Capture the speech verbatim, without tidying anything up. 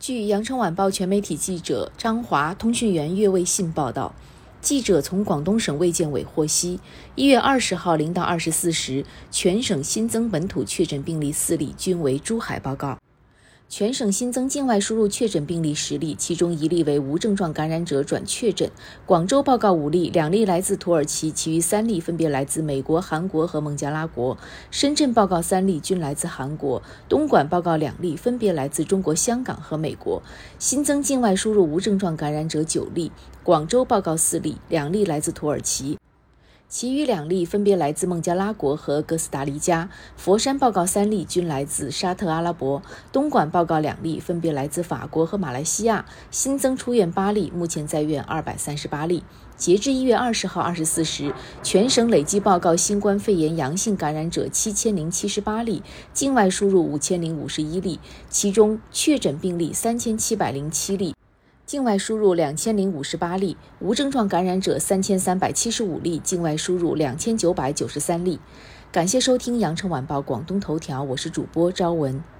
据羊城晚报全媒体记者张华、通讯员岳卫信报道，记者从广东省卫健委获悉，一月二十号零到二十四时，全省新增本土确诊病例四例，均为珠海报告。全省新增境外输入确诊病例十例，其中一例为无症状感染者转确诊。广州报告五例，两例来自土耳其，其余三例分别来自美国、韩国和孟加拉国。深圳报告三例，均来自韩国。东莞报告两例，分别来自中国香港和美国。新增境外输入无症状感染者九例，广州报告四例，两例来自土耳其。其余两例分别来自孟加拉国和哥斯达黎加。佛山报告三例，均来自沙特阿拉伯。东莞报告两例，分别来自法国和马来西亚。新增出院八例，目前在院二百三十八例。截至一月二十号二十四时，全省累计报告新冠肺炎阳性感染者七千零七十八例，境外输入五千零五十一例，其中确诊病例三千七百零七例。境外输入两千零五十八例，无症状感染者三千三百七十五例，境外输入两千九百九十三例。感谢收听羊城晚报广东头条，我是主播朝文。